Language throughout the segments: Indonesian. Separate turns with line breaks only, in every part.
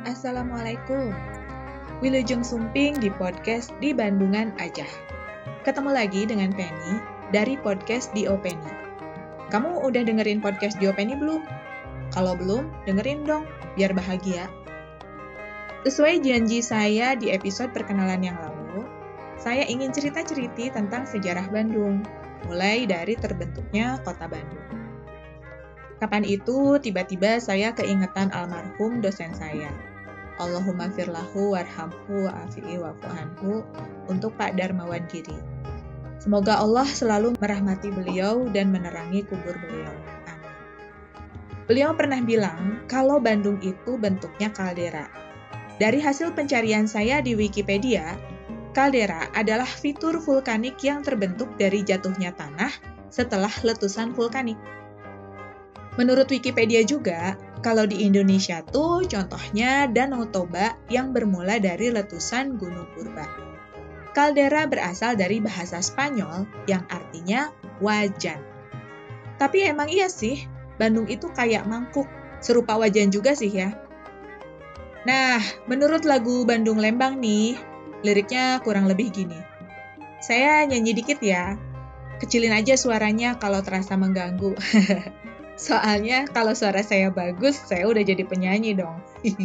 Assalamualaikum. Wilujeng Sumping di podcast di Bandungan aja. Ketemu lagi dengan Penny dari podcast di Openi. Kamu udah dengerin podcast di Openi belum? Kalau belum, dengerin dong, biar bahagia. Sesuai janji saya di episode perkenalan yang lalu, saya ingin cerita-ceriti tentang sejarah Bandung, mulai dari terbentuknya kota Bandung. Kapan itu, tiba-tiba saya keingetan almarhum dosen saya. Allahumma firlahu warhamhu wa'afi'i wa'fu'anhu untuk Pak Darmawan Giri. Semoga Allah selalu merahmati beliau dan menerangi kubur beliau. Amin. Beliau pernah bilang kalau Bandung itu bentuknya kaldera. Dari hasil pencarian saya di Wikipedia, kaldera adalah fitur vulkanik yang terbentuk dari jatuhnya tanah setelah letusan vulkanik. Menurut Wikipedia juga, kalau di Indonesia tuh contohnya Danau Toba yang bermula dari letusan Gunung Purba. Kaldera berasal dari bahasa Spanyol yang artinya wajan. Tapi emang iya sih, Bandung itu kayak mangkuk, serupa wajan juga sih ya. Nah, menurut lagu Bandung Lembang nih, liriknya kurang lebih gini. Saya nyanyi dikit ya, kecilin aja suaranya kalau terasa mengganggu. Soalnya kalau suara saya bagus, saya udah jadi penyanyi dong.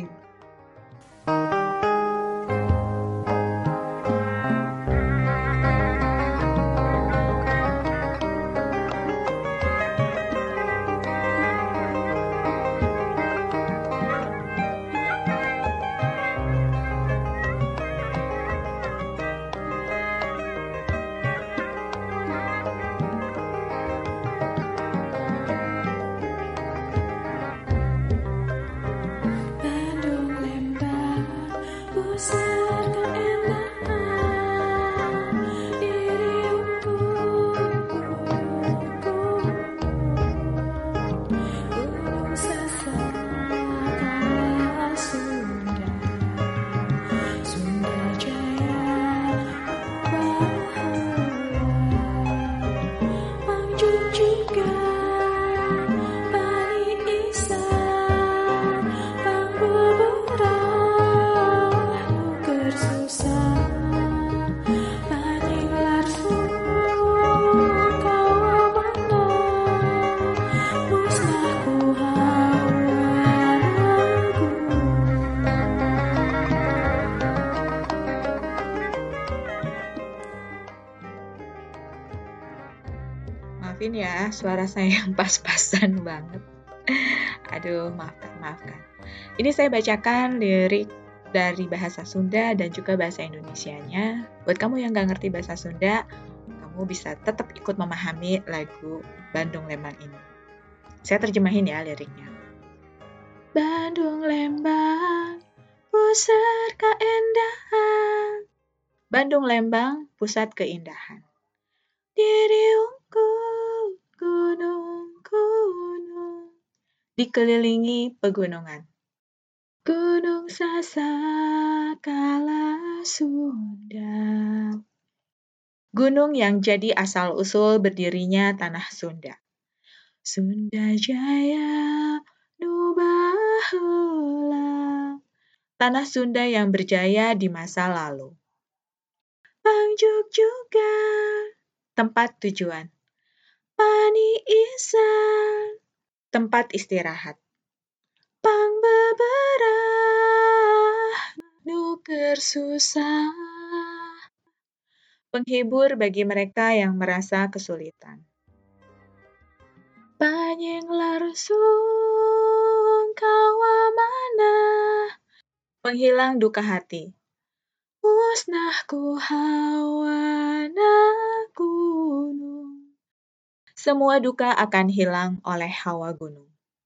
Maafin ya, suara saya yang pas-pasan banget. Aduh, maafkan. Ini saya bacakan lirik dari bahasa Sunda dan juga bahasa Indonesianya. Buat kamu yang gak ngerti bahasa Sunda, kamu bisa tetap ikut memahami lagu Bandung Lembang ini. Saya terjemahin ya liriknya. Bandung Lembang, pusat keindahan. Bandung Lembang, pusat keindahan. Diriungku gunung-gunung, dikelilingi pegunungan. Gunung Sasakala Sunda. Gunung yang jadi asal-usul berdirinya tanah Sunda. Sunda Jaya Nubaheula. Tanah Sunda yang berjaya di masa lalu. Pangjuk juga tempat tujuan. Pani Isan, tempat istirahat. Pangbeberah, nuker susah. Penghibur bagi mereka yang merasa kesulitan. Panyeng larsung kawamana, penghilang duka hati. Musnahku hawana gunung. Semua duka akan hilang oleh hawa gunung.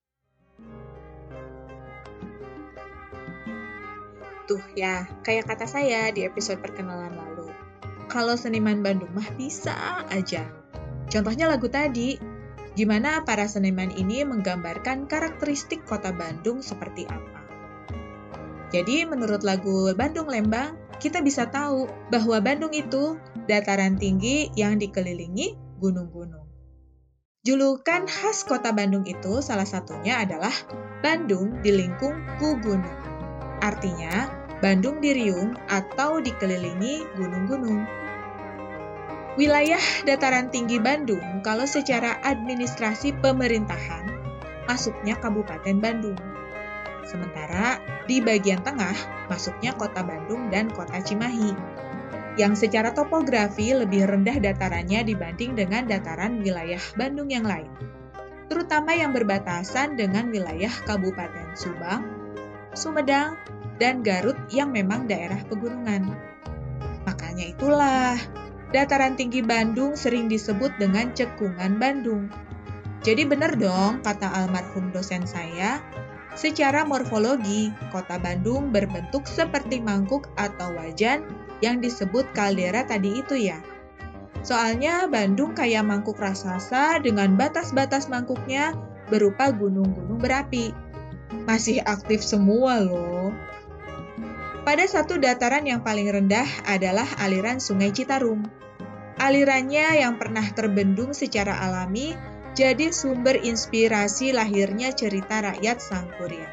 Tuh ya, kayak kata saya di episode perkenalan lalu. Kalau seniman Bandung mah bisa aja. Contohnya lagu tadi, gimana para seniman ini menggambarkan karakteristik kota Bandung seperti apa. Jadi menurut lagu Bandung Lembang, kita bisa tahu bahwa Bandung itu dataran tinggi yang dikelilingi gunung-gunung. Julukan khas kota Bandung itu salah satunya adalah Bandung dilingkung ku gunung. Artinya, Bandung diriung atau dikelilingi gunung-gunung. Wilayah dataran tinggi Bandung kalau secara administrasi pemerintahan masuknya Kabupaten Bandung. Sementara di bagian tengah masuknya Kota Bandung dan Kota Cimahi, yang secara topografi lebih rendah datarannya dibanding dengan dataran wilayah Bandung yang lain, terutama yang berbatasan dengan wilayah Kabupaten Subang, Sumedang, dan Garut yang memang daerah pegunungan. Makanya itulah, dataran tinggi Bandung sering disebut dengan cekungan Bandung. Jadi benar dong kata almarhum dosen saya, secara morfologi, kota Bandung berbentuk seperti mangkuk atau wajan yang disebut kaldera tadi itu ya. Soalnya Bandung kayak mangkuk raksasa dengan batas-batas mangkuknya berupa gunung-gunung berapi. Masih aktif semua loh. Pada satu dataran yang paling rendah adalah aliran Sungai Citarum. Alirannya yang pernah terbendung secara alami jadi sumber inspirasi lahirnya cerita rakyat Sangkuriang.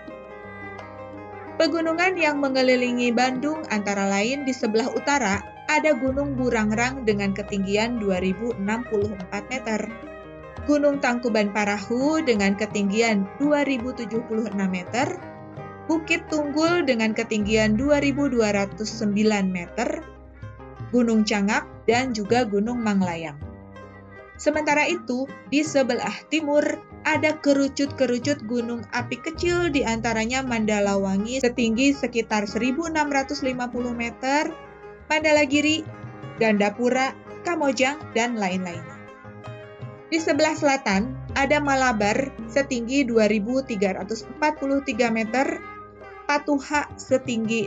Pegunungan yang mengelilingi Bandung antara lain di sebelah utara ada Gunung Burangrang dengan ketinggian 2064 meter, Gunung Tangkuban Parahu dengan ketinggian 2076 meter, Bukit Tunggul dengan ketinggian 2209 meter, Gunung Cangak, dan juga Gunung Manglayang. Sementara itu, di sebelah timur ada kerucut-kerucut gunung api kecil di antaranya Mandalawangi setinggi sekitar 1650 meter, Mandalagiri, Gandapura, Kamojang, dan lain-lainnya. Di sebelah selatan ada Malabar setinggi 2343 meter, Patuha setinggi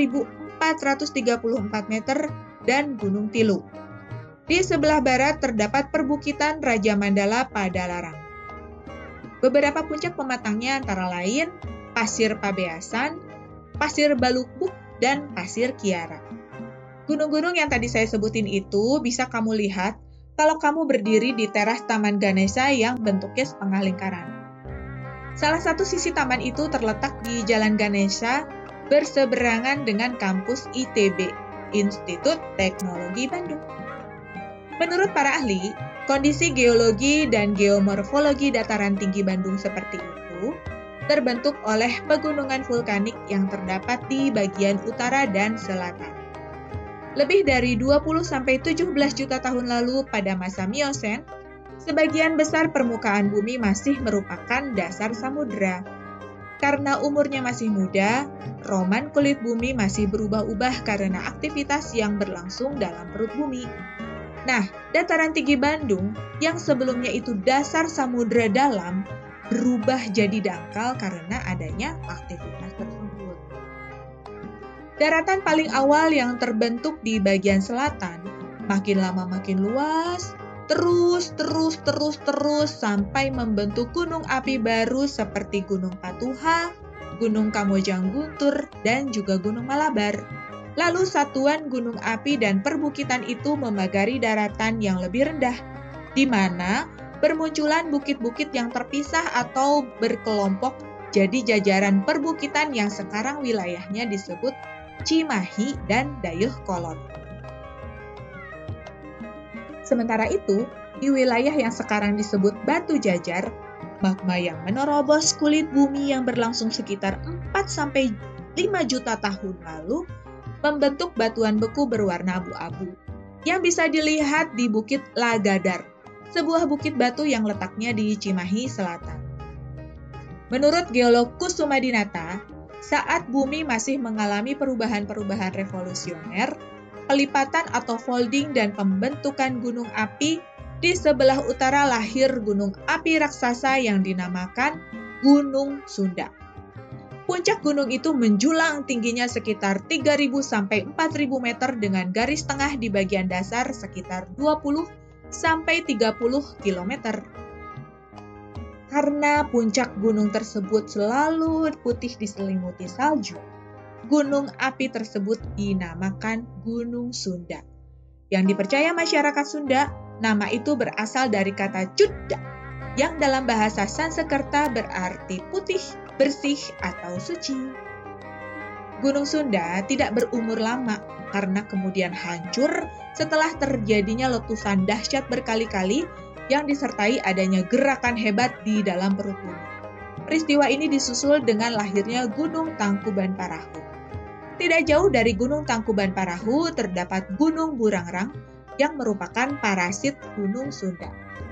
2434 meter, dan Gunung Tilu. Di sebelah barat terdapat perbukitan Raja Mandala Padalarang. Beberapa puncak pematangnya antara lain Pasir Pabeasan, Pasir Balukbuk, dan Pasir Kiara. Gunung-gunung yang tadi saya sebutin itu bisa kamu lihat kalau kamu berdiri di teras Taman Ganesha yang bentuknya setengah lingkaran. Salah satu sisi taman itu terletak di Jalan Ganesha berseberangan dengan kampus ITB, Institut Teknologi Bandung. Menurut para ahli, kondisi geologi dan geomorfologi dataran tinggi Bandung seperti itu terbentuk oleh pegunungan vulkanik yang terdapat di bagian utara dan selatan. Lebih dari 20-17 juta tahun lalu pada masa Miosen, sebagian besar permukaan bumi masih merupakan dasar samudera. Karena umurnya masih muda, roman kulit bumi masih berubah-ubah karena aktivitas yang berlangsung dalam perut bumi. Nah, dataran tinggi Bandung yang sebelumnya itu dasar samudera dalam berubah jadi dangkal karena adanya aktivitas tersebut. Daratan paling awal yang terbentuk di bagian selatan makin lama makin luas, terus sampai membentuk gunung api baru seperti Gunung Patuha, Gunung Kamojang Guntur, dan juga Gunung Malabar. Lalu satuan gunung api dan perbukitan itu memagari daratan yang lebih rendah, di mana bermunculan bukit-bukit yang terpisah atau berkelompok jadi jajaran perbukitan yang sekarang wilayahnya disebut Cimahi dan Dayeuhkolot. Sementara itu, di wilayah yang sekarang disebut Batu Jajar, magma yang menerobos kulit bumi yang berlangsung sekitar 4-5 juta tahun lalu membentuk batuan beku berwarna abu-abu yang bisa dilihat di Bukit Lagadar, sebuah bukit batu yang letaknya di Cimahi Selatan. Menurut geolog Kusumadinata, saat bumi masih mengalami perubahan-perubahan revolusioner, pelipatan atau folding dan pembentukan gunung api, di sebelah utara lahir gunung api raksasa yang dinamakan Gunung Sunda. Puncak gunung itu menjulang tingginya sekitar 3.000 sampai 4.000 meter dengan garis tengah di bagian dasar sekitar 20 sampai 30 km. Karena puncak gunung tersebut selalu putih diselimuti salju, gunung api tersebut dinamakan Gunung Sunda. Yang dipercaya masyarakat Sunda, nama itu berasal dari kata Cudda, yang dalam bahasa Sanskerta berarti putih, bersih, atau suci. Gunung Sunda tidak berumur lama karena kemudian hancur setelah terjadinya letusan dahsyat berkali-kali yang disertai adanya gerakan hebat di dalam perut bumi. Peristiwa ini disusul dengan lahirnya Gunung Tangkuban Parahu. Tidak jauh dari Gunung Tangkuban Parahu terdapat Gunung Burangrang yang merupakan parasit Gunung Sunda.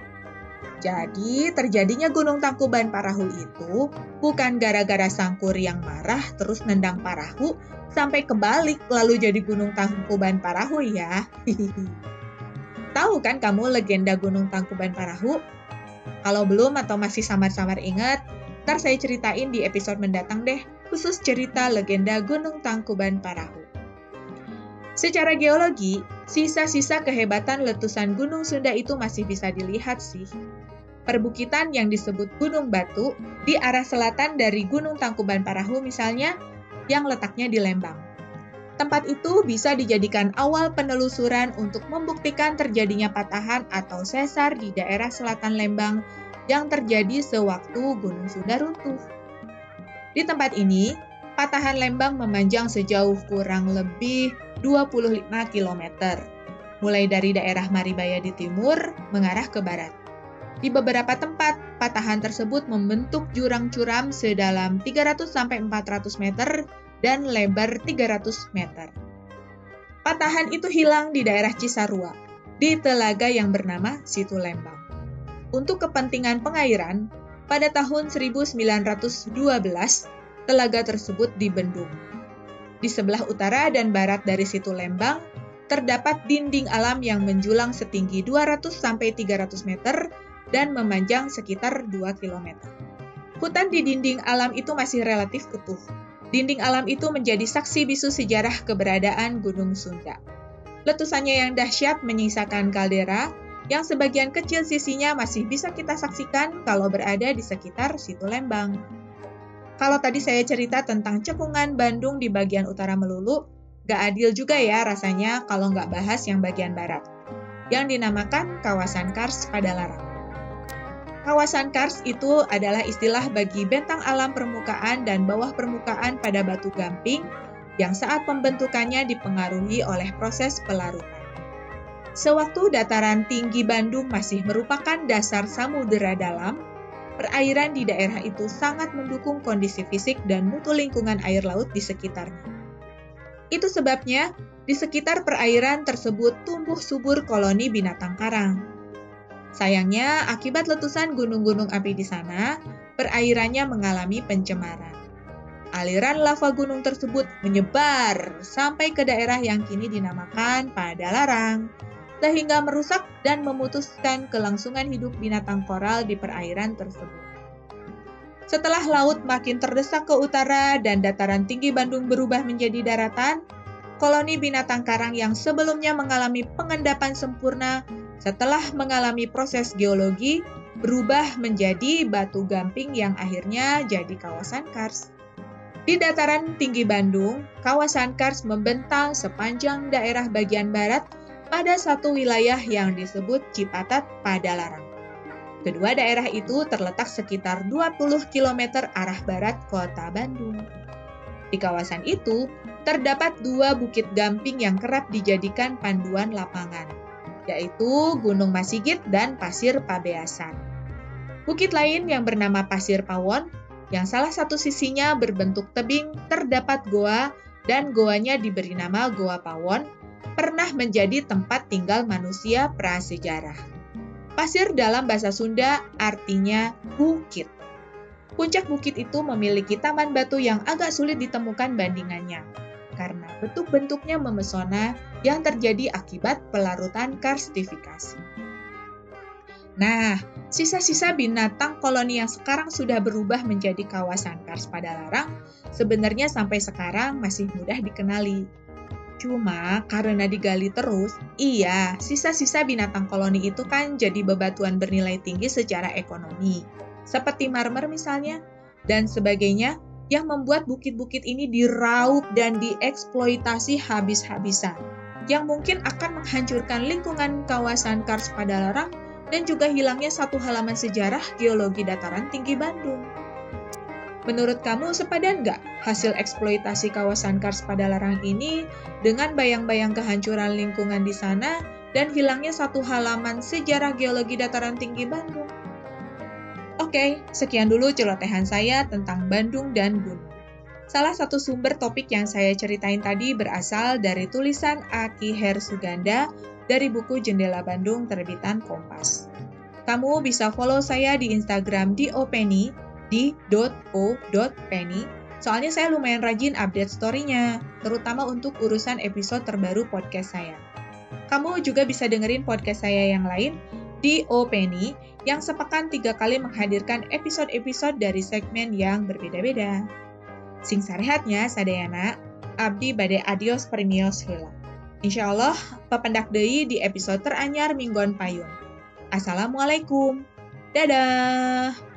Jadi, terjadinya Gunung Tangkuban Parahu itu bukan gara-gara Sangkur yang marah terus nendang Parahu sampai kebalik lalu jadi Gunung Tangkuban Parahu ya. Tahu kan kamu legenda Gunung Tangkuban Parahu? Kalau belum atau masih samar-samar ingat, ntar saya ceritain di episode mendatang deh, khusus cerita legenda Gunung Tangkuban Parahu. Secara geologi, sisa-sisa kehebatan letusan Gunung Sunda itu masih bisa dilihat sih. Perbukitan yang disebut Gunung Batu di arah selatan dari Gunung Tangkuban Parahu misalnya, yang letaknya di Lembang. Tempat itu bisa dijadikan awal penelusuran untuk membuktikan terjadinya patahan atau sesar di daerah selatan Lembang yang terjadi sewaktu Gunung Sunda runtuh. Di tempat ini, patahan Lembang memanjang sejauh kurang lebih 25 km, mulai dari daerah Maribaya di timur mengarah ke barat. Di beberapa tempat, patahan tersebut membentuk jurang curam sedalam 300-400 meter dan lebar 300 meter. Patahan itu hilang di daerah Cisarua, di telaga yang bernama Situ Lembang. Untuk kepentingan pengairan, pada tahun 1912, telaga tersebut dibendung. Di sebelah utara dan barat dari Situ Lembang, terdapat dinding alam yang menjulang setinggi 200-300 meter dan memanjang sekitar 2 km. Hutan di dinding alam itu masih relatif utuh. Dinding alam itu menjadi saksi bisu sejarah keberadaan Gunung Sunda. Letusannya yang dahsyat menyisakan kaldera, yang sebagian kecil sisinya masih bisa kita saksikan kalau berada di sekitar Situ Lembang. Kalau tadi saya cerita tentang cekungan Bandung di bagian utara melulu, gak adil juga ya rasanya kalau nggak bahas yang bagian barat, yang dinamakan kawasan Kars Padalarang. Kawasan Kars itu adalah istilah bagi bentang alam permukaan dan bawah permukaan pada batu gamping yang saat pembentukannya dipengaruhi oleh proses pelarutan. Sewaktu dataran tinggi Bandung masih merupakan dasar samudera dalam, perairan di daerah itu sangat mendukung kondisi fisik dan mutu lingkungan air laut di sekitarnya. Itu sebabnya di sekitar perairan tersebut tumbuh subur koloni binatang karang. Sayangnya, akibat letusan gunung-gunung api di sana, perairannya mengalami pencemaran. Aliran lava gunung tersebut menyebar sampai ke daerah yang kini dinamakan Padalarang, sehingga merusak dan memutuskan kelangsungan hidup binatang koral di perairan tersebut. Setelah laut makin terdesak ke utara dan dataran tinggi Bandung berubah menjadi daratan, koloni binatang karang yang sebelumnya mengalami pengendapan sempurna setelah mengalami proses geologi, berubah menjadi batu gamping yang akhirnya jadi kawasan Kars. Di dataran tinggi Bandung, kawasan Kars membentang sepanjang daerah bagian barat pada satu wilayah yang disebut Cipatat Padalarang. Kedua daerah itu terletak sekitar 20 km arah barat kota Bandung. Di kawasan itu, terdapat dua bukit gamping yang kerap dijadikan panduan lapangan, yaitu Gunung Masigit dan Pasir Pabeasan. Bukit lain yang bernama Pasir Pawon, yang salah satu sisinya berbentuk tebing, terdapat goa, dan goanya diberi nama Goa Pawon, pernah menjadi tempat tinggal manusia prasejarah. Pasir dalam bahasa Sunda artinya bukit. Puncak bukit itu memiliki taman batu yang agak sulit ditemukan bandingannya, karena bentuk-bentuknya memesona yang terjadi akibat pelarutan karstifikasi. Nah, sisa-sisa binatang koloni yang sekarang sudah berubah menjadi kawasan Kars Padalarang sebenarnya sampai sekarang masih mudah dikenali. Cuma karena digali terus, iya, sisa-sisa binatang koloni itu kan jadi bebatuan bernilai tinggi secara ekonomi, seperti marmer misalnya, dan sebagainya, yang membuat bukit-bukit ini diraup dan dieksploitasi habis-habisan, yang mungkin akan menghancurkan lingkungan kawasan Kars Padalarang dan juga hilangnya satu halaman sejarah geologi dataran tinggi Bandung. Menurut kamu sepadan nggak hasil eksploitasi kawasan Kars Padalarang ini dengan bayang-bayang kehancuran lingkungan di sana dan hilangnya satu halaman sejarah geologi dataran tinggi Bandung? Oke, sekian dulu celotehan saya tentang Bandung dan gunung. Salah satu sumber topik yang saya ceritain tadi berasal dari tulisan Aki Hersuganda dari buku Jendela Bandung terbitan Kompas. Kamu bisa follow saya di Instagram di @openi di .o.penny. Soalnya saya lumayan rajin update story-nya, terutama untuk urusan episode terbaru podcast saya. Kamu juga bisa dengerin podcast saya yang lain di Openi yang sepekan 3 kali menghadirkan episode-episode dari segmen yang berbeda-beda. Sing sarehatnya sadayana, abdi bade adios permios heula. Insyaallah, papendak deui di episode teranyar mingguan payun. Assalamualaikum. Dadah.